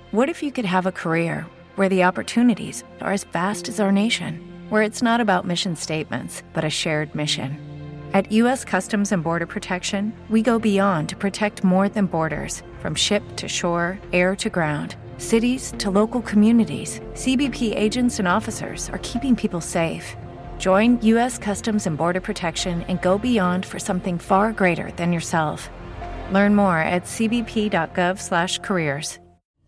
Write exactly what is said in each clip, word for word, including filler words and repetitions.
What if you could have a career where the opportunities are as vast as our nation, where it's not about mission statements, but a shared mission? At U S Customs and Border Protection, we go beyond to protect more than borders, from ship to shore, air to ground, cities to local communities. C B P agents and officers are keeping people safe. Join U S Customs and Border Protection and go beyond for something far greater than yourself. Learn more at c b p dot gov slash careers.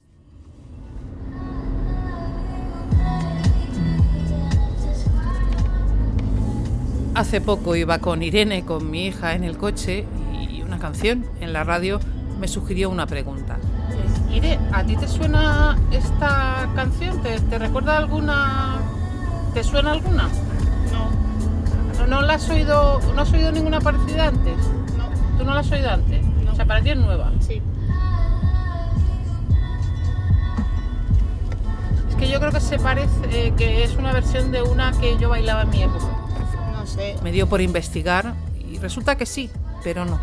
Hace poco iba con Irene, con mi hija, en el coche y una canción en la radio me sugirió una pregunta. Irene, ¿a ti te suena esta canción? ¿Te, te recuerda alguna? ¿Te suena alguna? No. ¿No, no la has oído, no has oído ninguna parecida antes? No. ¿Tú no la has oído antes? No. O sea, para ti es nueva. Sí. Es que yo creo que se parece, eh, que es una versión de una que yo bailaba en mi época. No sé. Me dio por investigar y resulta que sí, pero no.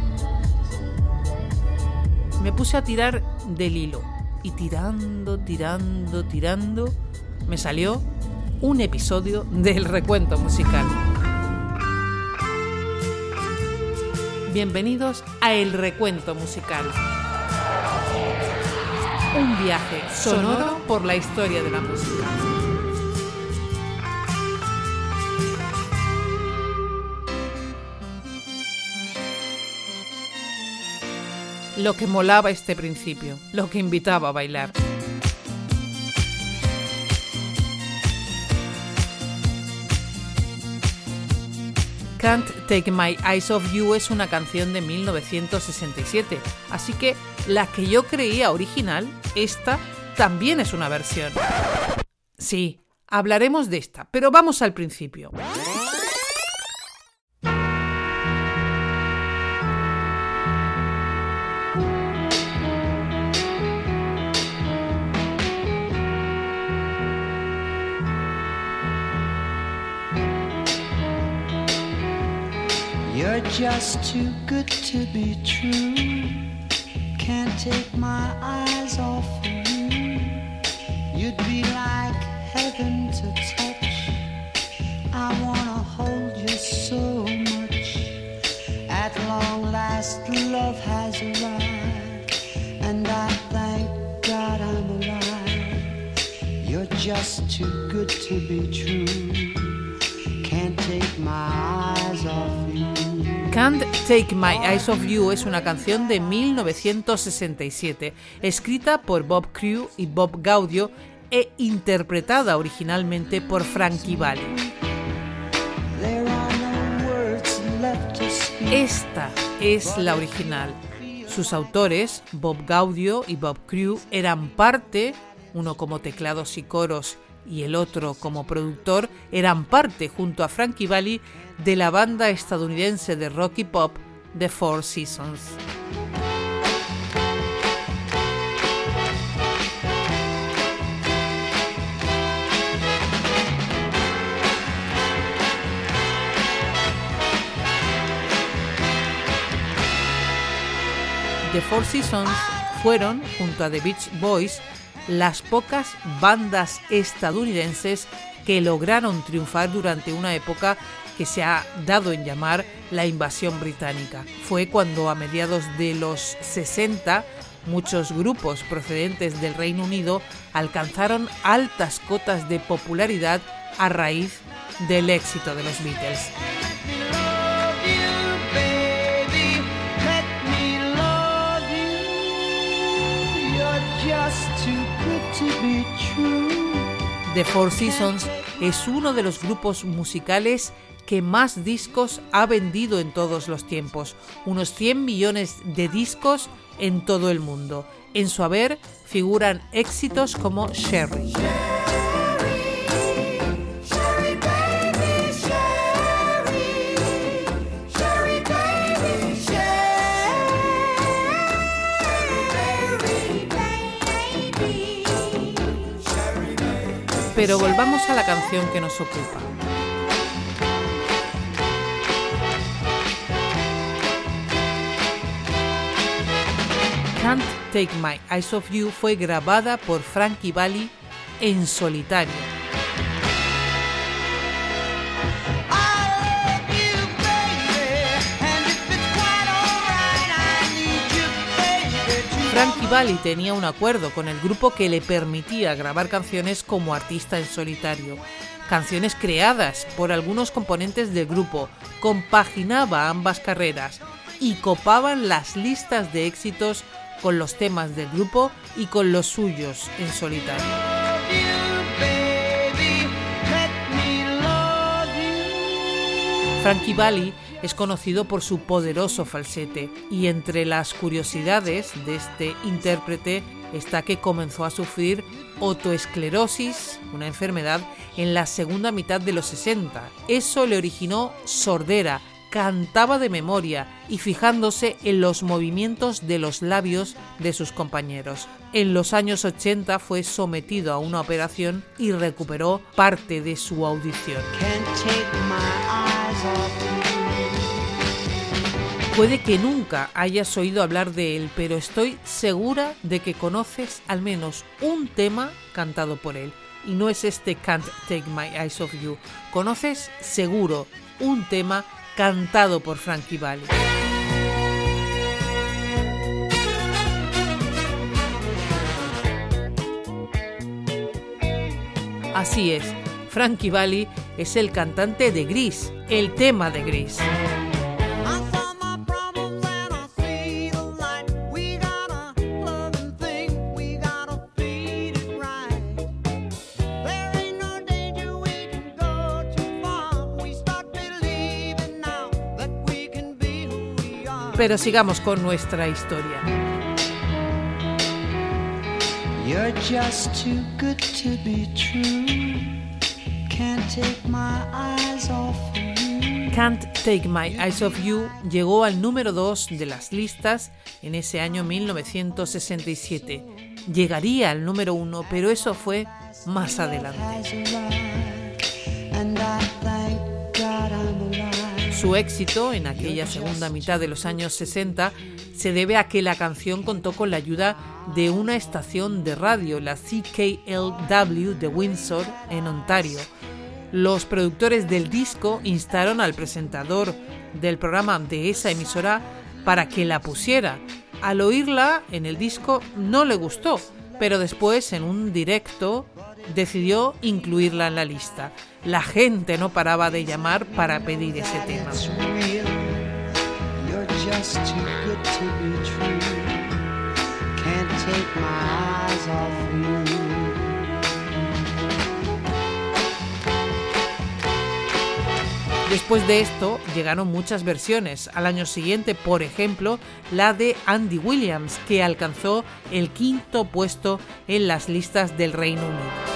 Me puse a tirar del hilo y tirando, tirando, tirando, me salió un episodio del Recuento Musical. Bienvenidos a El Recuento Musical. Un viaje sonoro por la historia de la música. Lo que molaba este principio, lo que invitaba a bailar. Can't Take My Eyes Off You es una canción de mil novecientos sesenta y siete, así que la que yo creía original, esta también es una versión. Sí, hablaremos de esta, pero vamos al principio. You're just too good to be true. Can't take my eyes off of you. You'd be like heaven to touch. I wanna hold you so much. At long last, love has arrived, and I thank God I'm alive. You're just too good to be true. Can't take my eyes off you. Can't Take My Eyes Off You es una canción de mil novecientos sesenta y siete, escrita por Bob Crewe y Bob Gaudio e interpretada originalmente por Frankie Valli. Esta es la original. Sus autores, Bob Gaudio y Bob Crewe, eran parte, uno como teclados y coros y el otro como productor, eran parte, junto a Frankie Valli, de la banda estadounidense de rock y pop The Four Seasons. The Four Seasons fueron, junto a The Beach Boys, las pocas bandas estadounidenses que lograron triunfar durante una época que se ha dado en llamar la invasión británica. Fue cuando a mediados de los sesenta muchos grupos procedentes del Reino Unido alcanzaron altas cotas de popularidad a raíz del éxito de los Beatles. The Four Seasons es uno de los grupos musicales que más discos ha vendido en todos los tiempos, unos cien millones de discos en todo el mundo. En su haber figuran éxitos como Sherry. Pero volvamos a la canción que nos ocupa. Can't Take My Eyes Off You fue grabada por Frankie Valli en solitario. Frankie Valli tenía un acuerdo con el grupo que le permitía grabar canciones como artista en solitario. Canciones creadas por algunos componentes del grupo, compaginaba ambas carreras y copaban las listas de éxitos con los temas del grupo y con los suyos en solitario. Frankie Valli es conocido por su poderoso falsete y entre las curiosidades de este intérprete está que comenzó a sufrir otoesclerosis, una enfermedad, en la segunda mitad de los sesenta. Eso le originó sordera, cantaba de memoria y fijándose en los movimientos de los labios de sus compañeros. En los años ochenta fue sometido a una operación y recuperó parte de su audición. Puede que nunca hayas oído hablar de él, pero estoy segura de que conoces al menos un tema cantado por él. Y no es este Can't Take My Eyes Off You. Conoces seguro un tema cantado por Frankie Valli. Así es, Frankie Valli es el cantante de Grease, el tema de Grease. Pero sigamos con nuestra historia. You're just too good to be true. Can't take my eyes off you. Can't Take My Eyes Off You llegó al número dos de las listas en ese año mil novecientos sesenta y siete. Llegaría al número uno, pero eso fue más adelante. Su éxito en aquella segunda mitad de los años sesenta se debe a que la canción contó con la ayuda de una estación de radio, la C K L W de Windsor, en Ontario. Los productores del disco instaron al presentador del programa de esa emisora para que la pusiera. Al oírla en el disco no le gustó, pero después en un directo decidió incluirla en la lista. La gente no paraba de llamar para pedir ese tema. Después de esto llegaron muchas versiones. Al año siguiente, por ejemplo, la de Andy Williams, que alcanzó el quinto puesto en las listas del Reino Unido.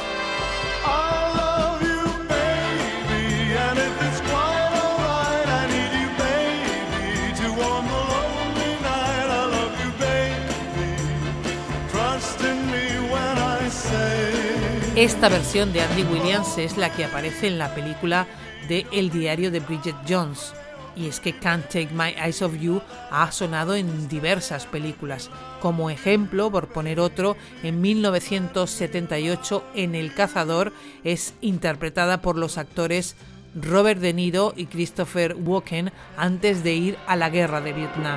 Esta versión de Andy Williams es la que aparece en la película de El diario de Bridget Jones. Y es que Can't Take My Eyes Off You ha sonado en diversas películas. Como ejemplo, por poner otro, en mil novecientos setenta y ocho en El cazador es interpretada por los actores Robert De Niro y Christopher Walken antes de ir a la guerra de Vietnam.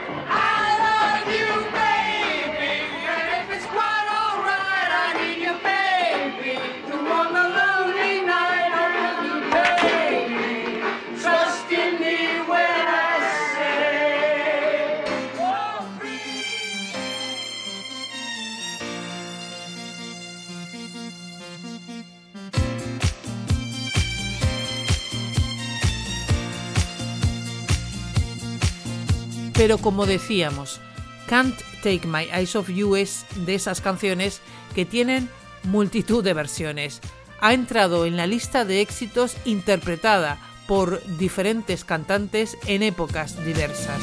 Pero como decíamos, Can't Take My Eyes Off You es de esas canciones que tienen multitud de versiones. Ha entrado en la lista de éxitos interpretada por diferentes cantantes en épocas diversas.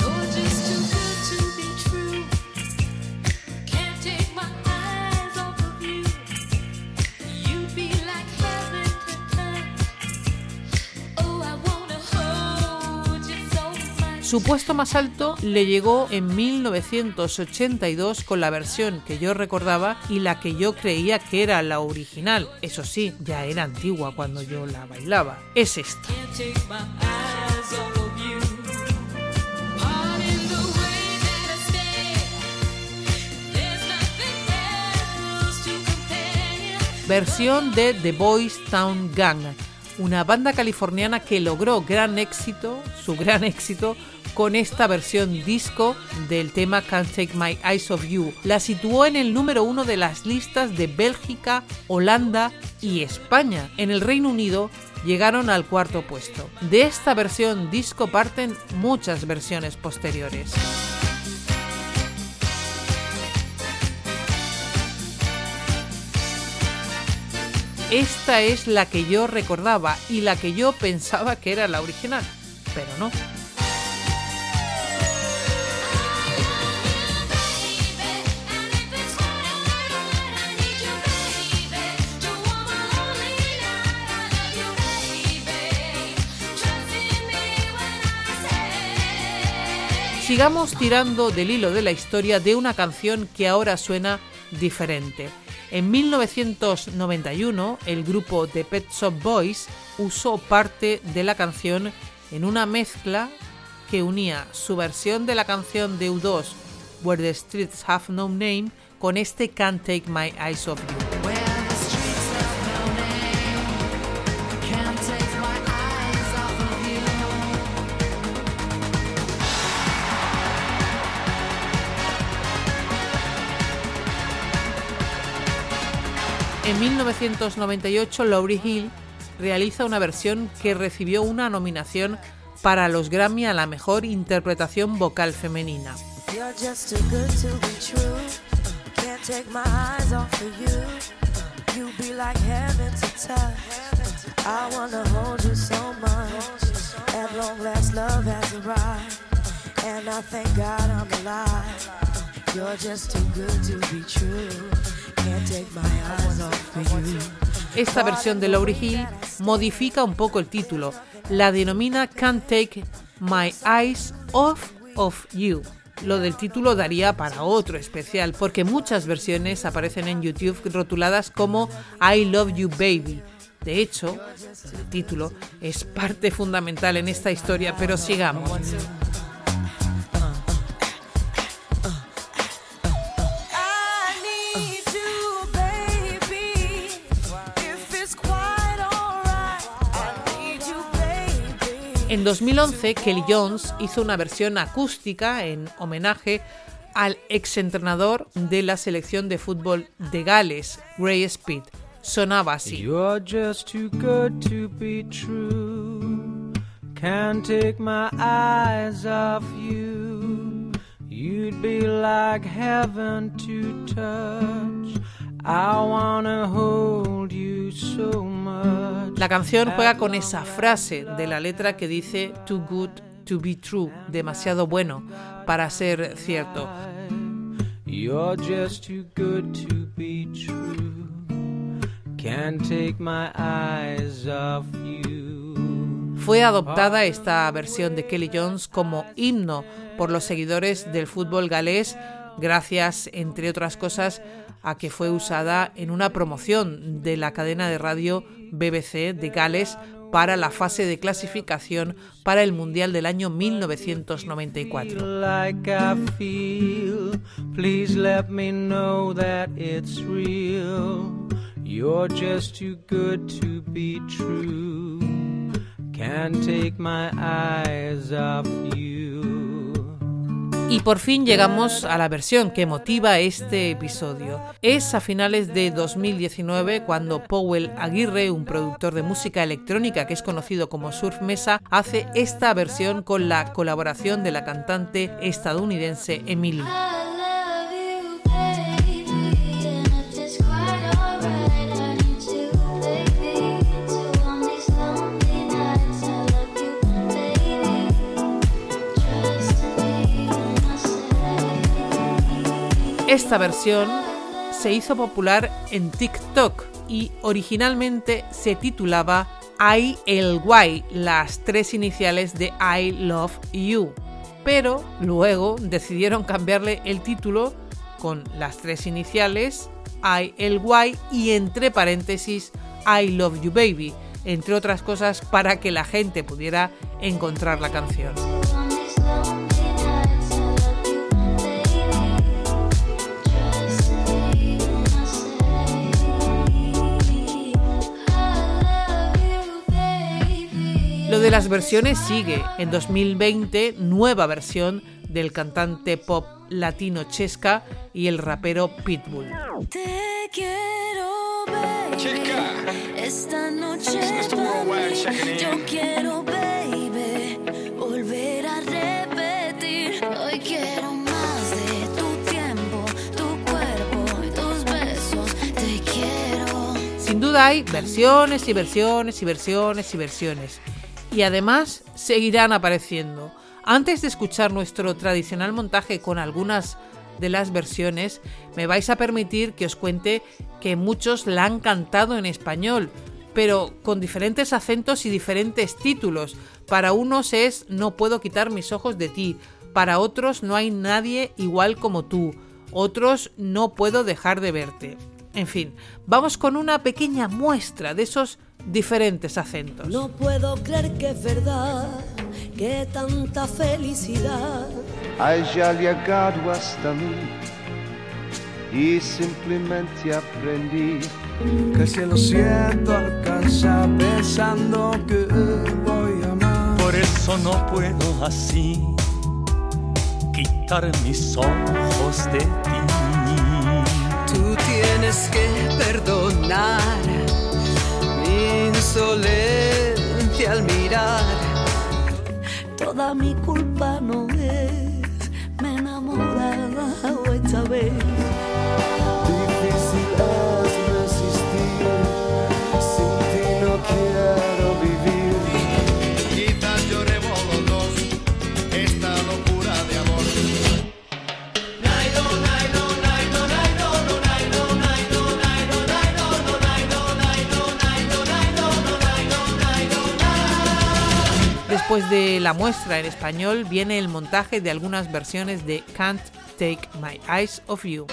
Su puesto más alto le llegó en mil novecientos ochenta y dos con la versión que yo recordaba y la que yo creía que era la original. Eso sí, ya era antigua cuando yo la bailaba. Es esta. Versión de The Boys Town Gang, una banda californiana que logró gran éxito, su gran éxito, con esta versión disco del tema Can't Take My Eyes Off You. La situó en el número uno de las listas de Bélgica, Holanda y España. En el Reino Unido llegaron al cuarto puesto. De esta versión disco parten muchas versiones posteriores. Esta es la que yo recordaba y la que yo pensaba que era la original, pero no. Sigamos tirando del hilo de la historia de una canción que ahora suena diferente. En mil novecientos noventa y uno, el grupo The Pet Shop Boys usó parte de la canción en una mezcla que unía su versión de la canción de U dos, Where the Streets Have No Name, con este Can't Take My Eyes Off You. En mil novecientos noventa y ocho, Lauryn Hill realiza una versión que recibió una nominación para los Grammy a la mejor interpretación vocal femenina. Esta versión de Lauryn Hill modifica un poco el título, la denomina Can't Take My Eyes Off of You. Lo del título daría para otro especial, porque muchas versiones aparecen en YouTube rotuladas como I Love You Baby. De hecho, el título es parte fundamental en esta historia, pero sigamos. En dos mil once, Kelly Jones hizo una versión acústica en homenaje al exentrenador de la selección de fútbol de Gales, Ray Speed. Sonaba así. You're just too good to be true. Can't take my eyes off you. You'd be like heaven to touch. I wanna hold you so much. La canción juega con esa frase de la letra que dice too good to be true, demasiado bueno para ser cierto. You're just too good to be true. Can't take my eyes off you. Fue adoptada esta versión de Kelly Jones como himno por los seguidores del fútbol galés, gracias, entre otras cosas, a que fue usada en una promoción de la cadena de radio B B C de Gales para la fase de clasificación para el Mundial del año mil novecientos noventa y cuatro. Y por fin llegamos a la versión que motiva este episodio. Es a finales de dos mil diecinueve cuando Powell Aguirre, un productor de música electrónica que es conocido como Surf Mesa, hace esta versión con la colaboración de la cantante estadounidense Emily. Esta versión se hizo popular en TikTok y originalmente se titulaba I L Y, las tres iniciales de I Love You. pero luego decidieron cambiarle el título con las tres iniciales I L Y y entre paréntesis I Love You Baby, entre otras cosas para que la gente pudiera encontrar la canción. Lo de las versiones sigue. En dos mil veinte, nueva versión del cantante pop latino Chesca y el rapero Pitbull. Te quiero, baby. Chesca. Esta noche Mister Worldwide checking in. yo quiero, baby, volver a repetir. Hoy quiero más de tu tiempo, tu cuerpo y tus besos. Te quiero. Sin duda hay versiones y versiones y versiones y versiones. Y además seguirán apareciendo. Antes de escuchar nuestro tradicional montaje con algunas de las versiones, me vais a permitir que os cuente que muchos la han cantado en español, pero con diferentes acentos y diferentes títulos. Para unos es No puedo quitar mis ojos de ti, para otros No hay nadie igual como tú, otros No puedo dejar de verte. En fin, vamos con una pequeña muestra de esos diferentes acentos. No puedo creer que es verdad, que tanta felicidad haya llegado hasta mí y simplemente aprendí Que el cielo siento alcanza pensando que voy a amar. Por eso no puedo así quitar mis ojos de ti. Tú tienes que perdonar mi insolencia al mirar. Toda mi culpa no es, me he enamorado esta vez. Difícil es resistir, sin ti no quiero vivir. Quizás lloremos los dos esta locura de amor. Después de la muestra en español viene el montaje de algunas versiones de Can't Take My Eyes Off You.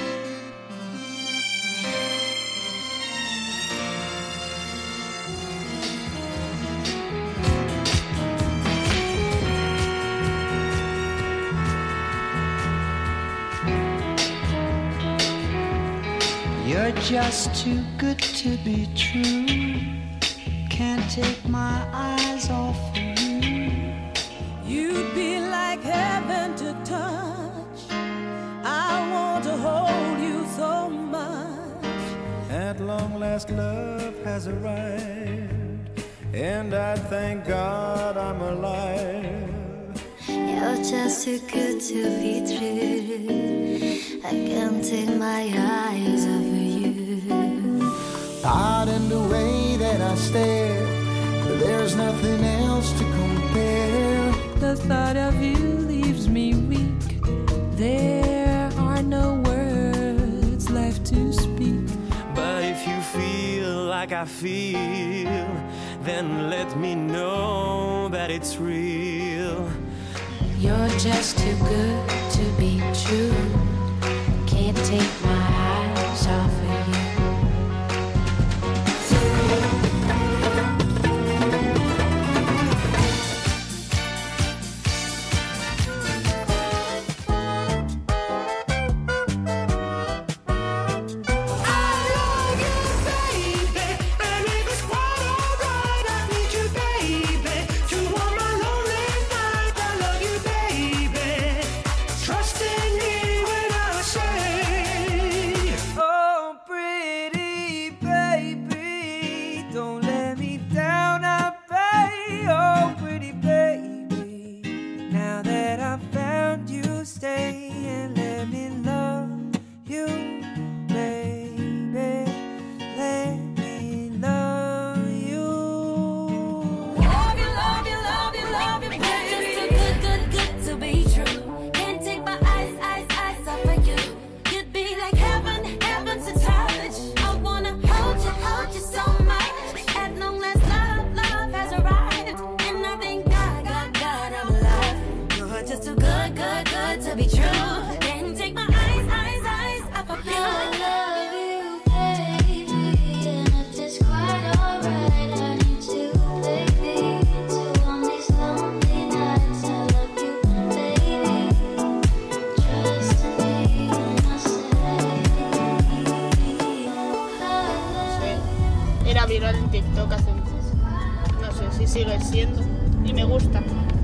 You're just too good to be true. Can't take my eyes off of you. You'd be like heaven to touch. I want to hold you so much. At long last, love has arrived, and I thank God I'm alive. You're just too good to be true. I can't take my eyes off of you. Pardon the way that I stare, there's nothing else to compare. The thought of you leaves me weak. There are no words left to speak. But if you feel like I feel, then let me know that it's real. You're just too good to be true. Can't take my eyes off of you. Trust in me when I say viral en TikTok hace, no sé si sigue siendo, y me gusta.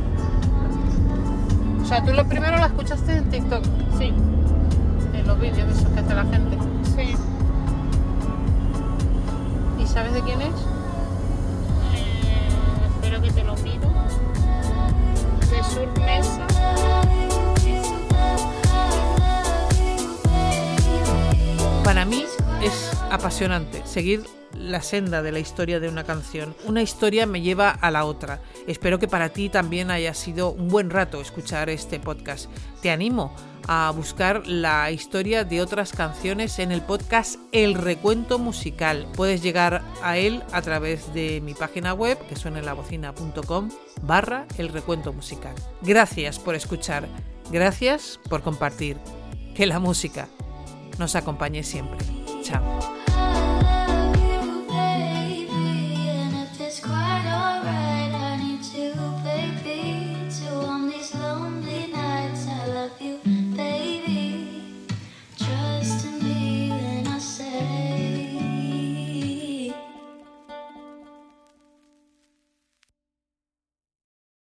O sea, tú lo primero la escuchaste en TikTok. Sí. En los vídeos de esos que hace la gente. Sí. ¿Y sabes de quién es? Eh, espero que te lo miro. De Sur Mesa. Para mí es apasionante seguir la senda de la historia de una canción. Una historia me lleva a la otra. Espero que para ti también haya sido un buen rato escuchar este podcast. Te animo a buscar la historia de otras canciones en el podcast El Recuento Musical. Puedes llegar a él a través de mi página web, que suena en la bocina punto com, barra El Recuento Musical. Gracias por escuchar. Gracias por compartir. Que la música nos acompañe siempre. Chao.